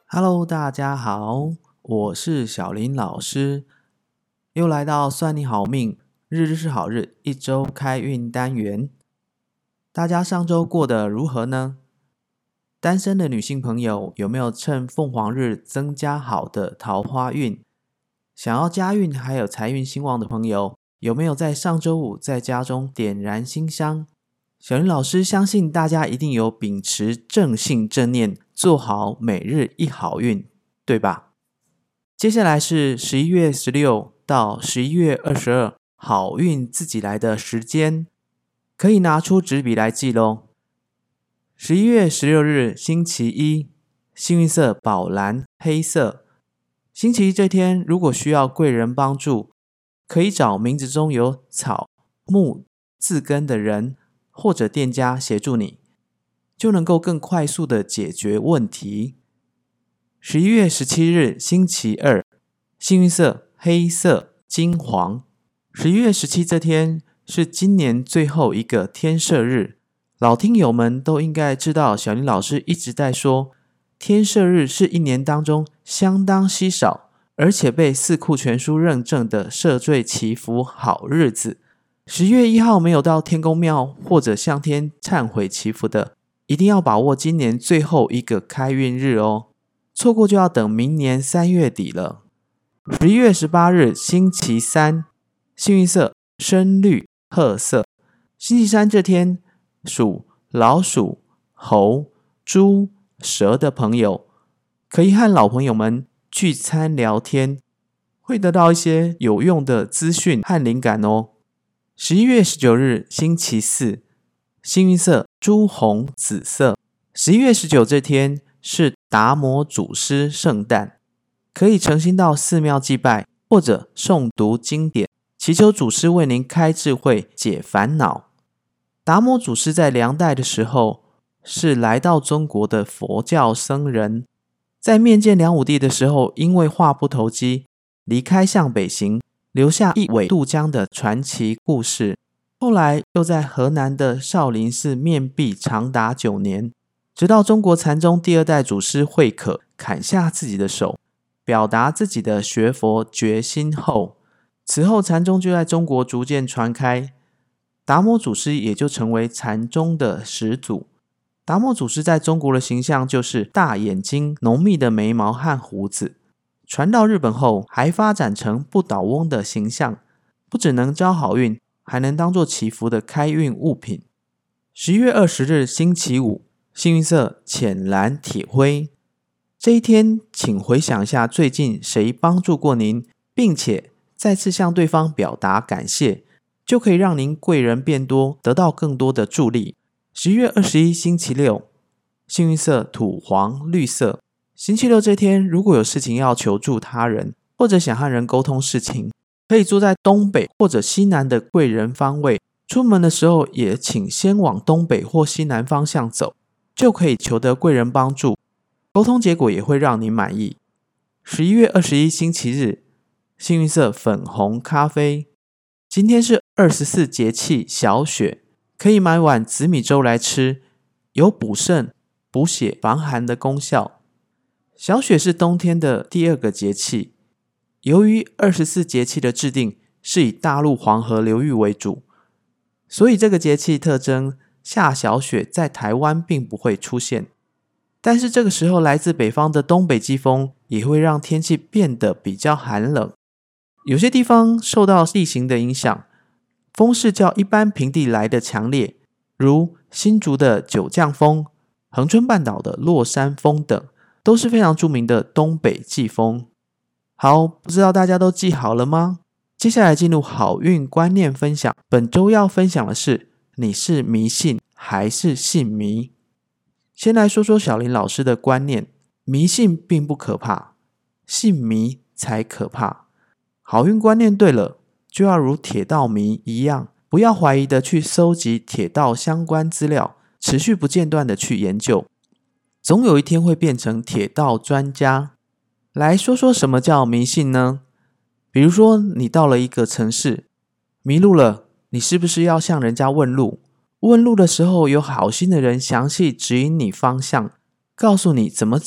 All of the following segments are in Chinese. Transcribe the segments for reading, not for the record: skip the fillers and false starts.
Hello，大家好，我是小林老师，又来到算你好命，日日是好日，一周开运单元。大家上周过得如何呢？单身的女性朋友有没有趁凤凰日增加好的桃花运？想要家运还有财运兴旺的朋友，有没有在上周五在家中点燃馨香？小林老师相信大家一定有秉持正信正念，做好每日一好运，对吧？接下来是11月16到11月22，好运自己来的时间，可以拿出纸笔来记咯。11月16日星期一，幸运色宝蓝黑色。星期一这天，如果需要贵人帮助，可以找名字中有草、木字根的人或者店家协助你，就能够更快速的解决问题。11月17日星期二，幸运色黑色金黄。11月17这天是今年最后一个天赦日，老听友们都应该知道，小林老师一直在说，天赦日是一年当中相当稀少，而且被四库全书认证的赦罪祈福好日子。10月1号没有到天公庙或者向天忏悔祈福的，一定要把握今年最后一个开运日哦，错过就要等明年3月底了。11月18日星期三，幸运色深绿褐色。星期三这天，属老鼠、猴、猪、蛇的朋友，可以和老朋友们聚餐聊天，会得到一些有用的资讯和灵感哦。11月19日星期四，幸运色朱红紫色。11月19这天是达摩祖师圣诞，可以诚心到寺庙祭拜，或者诵读经典，祈求祖师为您开智慧解烦恼。达摩祖师在梁代的时候是来到中国的佛教僧人，在面见梁武帝的时候，因为话不投机，离开向北行，留下一苇渡江的传奇故事。后来又在河南的少林寺面壁长达9年，直到中国禅宗第2代祖师慧可砍下自己的手，表达自己的学佛决心后，此后禅宗就在中国逐渐传开，达摩祖师也就成为禅宗的始祖。达摩祖师在中国的形象就是大眼睛、浓密的眉毛和胡子，传到日本后还发展成不倒翁的形象，不只能招好运，还能当作祈福的开运物品。11月20日星期五，幸运色浅蓝铁灰。这一天请回想一下最近谁帮助过您，并且再次向对方表达感谢，就可以让您贵人变多，得到更多的助力。11月21星期六，幸运色土黄绿色。星期六这天，如果有事情要求助他人，或者想和人沟通事情，可以坐在东北或者西南的贵人方位，出门的时候也请先往东北或西南方向走，就可以求得贵人帮助，沟通结果也会让你满意。11月21星期日，幸运色粉红咖啡。今天是24节气小雪，可以买碗紫米粥来吃，有补肾、补血、防寒的功效。小雪是冬天的第2个节气，由于24节气的制定是以大陆黄河流域为主，所以这个节气特征下小雪在台湾并不会出现。但是这个时候来自北方的东北季风也会让天气变得比较寒冷，有些地方受到地形的影响，风势较一般平地来的强烈，如新竹的九降风、恒春半岛的落山风等，都是非常著名的东北季风。好，不知道大家都记好了吗？接下来进入好运观念分享。本周要分享的是，你是迷信还是信迷？先来说说小林老师的观念，迷信并不可怕，信迷才可怕。好运观念对了，就要如铁道迷一样，不要怀疑的去搜集铁道相关资料，持续不间断的去研究，总有一天会变成铁道专家。来说说什么叫迷信呢？比如说你到了一个城市，迷路了，你是不是要向人家问路？问路的时候，有好心的人详细指引你方向，告诉你怎么走，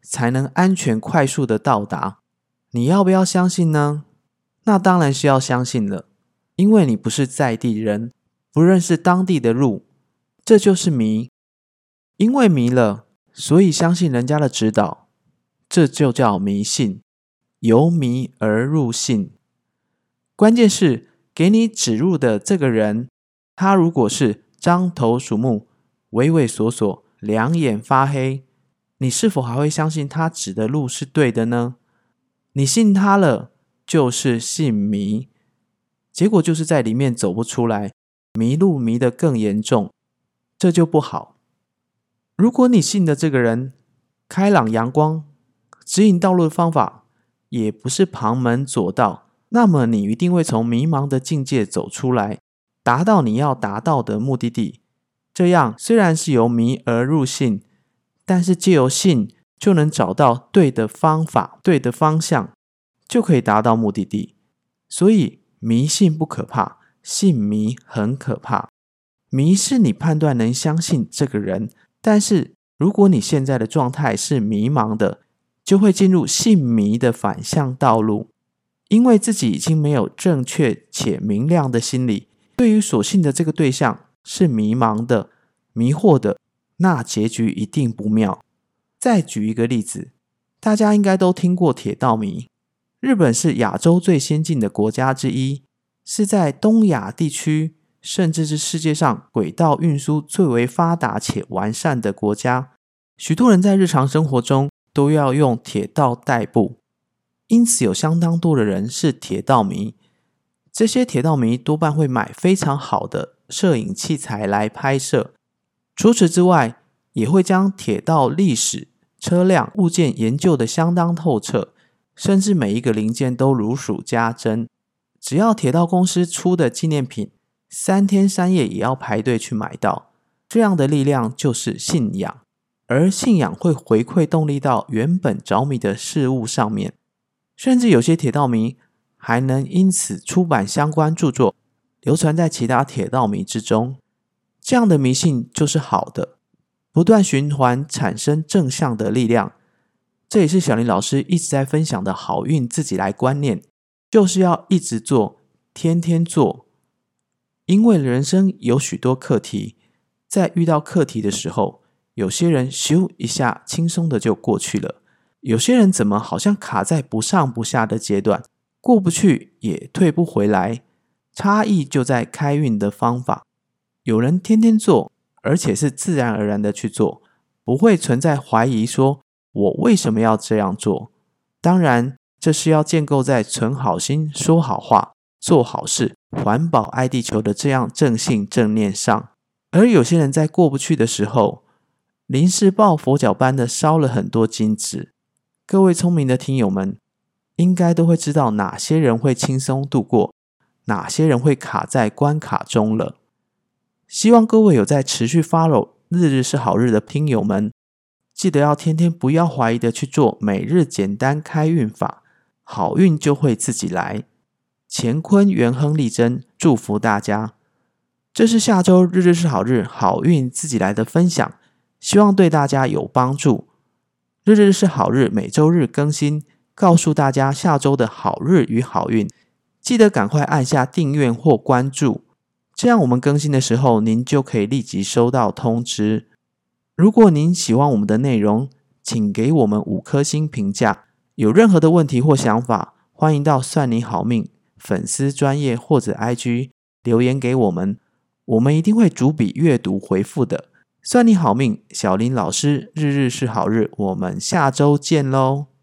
才能安全快速的到达。你要不要相信呢？那当然是要相信了，因为你不是在地人，不认识当地的路，这就是迷。因为迷了，所以相信人家的指导，这就叫迷信，由迷而入信。关键是给你指路的这个人，他如果是獐头鼠目、畏畏缩缩、两眼发黑，你是否还会相信他指的路是对的呢？你信他了，就是信迷，结果就是在里面走不出来，迷路迷得更严重，这就不好。如果你信的这个人开朗阳光，指引道路的方法也不是旁门左道，那么你一定会从迷茫的境界走出来，达到你要达到的目的地。这样虽然是由迷而入信，但是藉由信就能找到对的方法、对的方向，就可以达到目的地。所以迷信不可怕，信迷很可怕。迷是你判断能相信这个人，但是如果你现在的状态是迷茫的，就会进入信迷的反向道路。因为自己已经没有正确且明亮的心理，对于所信的这个对象是迷茫的、迷惑的，那结局一定不妙。再举一个例子，大家应该都听过铁道迷。日本是亚洲最先进的国家之一，是在东亚地区甚至是世界上轨道运输最为发达且完善的国家。许多人在日常生活中都要用铁道代步，因此有相当多的人是铁道迷。这些铁道迷多半会买非常好的摄影器材来拍摄，除此之外也会将铁道历史、车辆、物件研究得相当透彻，甚至每一个零件都如数家珍。只要铁道公司出的纪念品，3天3夜也要排队去买到。这样的力量就是信仰，而信仰会回馈动力到原本着迷的事物上面。甚至有些铁道迷还能因此出版相关著作，流传在其他铁道迷之中。这样的迷信就是好的，不断循环产生正向的力量。这也是小林老师一直在分享的好运自己来观念，就是要一直做，天天做。因为人生有许多课题，在遇到课题的时候，有些人咻一下轻松的就过去了，有些人怎么好像卡在不上不下的阶段，过不去也退不回来。差异就在开运的方法，有人天天做，而且是自然而然的去做，不会存在怀疑说我为什么要这样做。当然这是要建构在存好心、说好话、做好事、环保爱地球的这样正信正念上。而有些人在过不去的时候，临时抱佛脚般的烧了很多金纸。各位聪明的听友们应该都会知道哪些人会轻松度过，哪些人会卡在关卡中了。希望各位有在持续 follow 日日是好日的听友们，记得要天天不要怀疑的去做每日简单开运法，好运就会自己来。乾坤元亨利贞，祝福大家。这是下周日日是好日好运自己来的分享，希望对大家有帮助。日日是好日每周日更新，告诉大家下周的好日与好运，记得赶快按下订阅或关注，这样我们更新的时候您就可以立即收到通知。如果您喜欢我们的内容，请给我们5颗星评价。有任何的问题或想法，欢迎到算你好命粉丝专页或者 IG 留言给我们，我们一定会逐笔阅读回复的。算你好命，小林老师日日是好日，我们下周见咯。